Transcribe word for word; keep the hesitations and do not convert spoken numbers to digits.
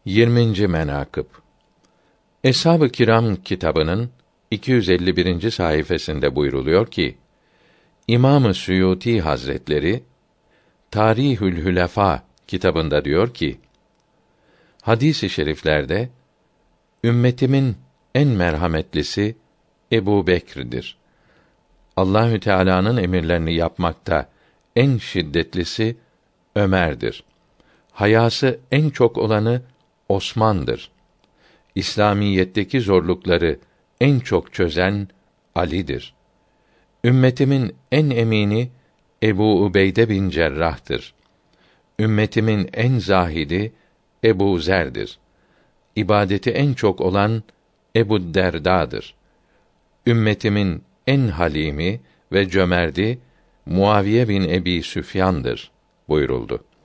yirminci menakıb Eshab-ı Kiram kitabının iki yüz elli birinci sayfasında buyruluyor ki, İmam-ı Suyuti Hazretleri Tarihül Hülefâ kitabında diyor ki, hadis-i şeriflerde ümmetimin en merhametlisi Ebu Bekir'dir. Allahü Teala'nın emirlerini yapmakta en şiddetlisi Ömer'dir. Hayası en çok olanı Osman'dır. İslamiyetteki zorlukları en çok çözen Ali'dir. Ümmetimin en emini Ebu Ubeyde bin Cerrah'tır. Ümmetimin en zahidi Ebu Zer'dir. İbadeti en çok olan Ebu Derda'dır. Ümmetimin en halimi ve cömerdi Muaviye bin Ebi Süfyan'dır buyuruldu.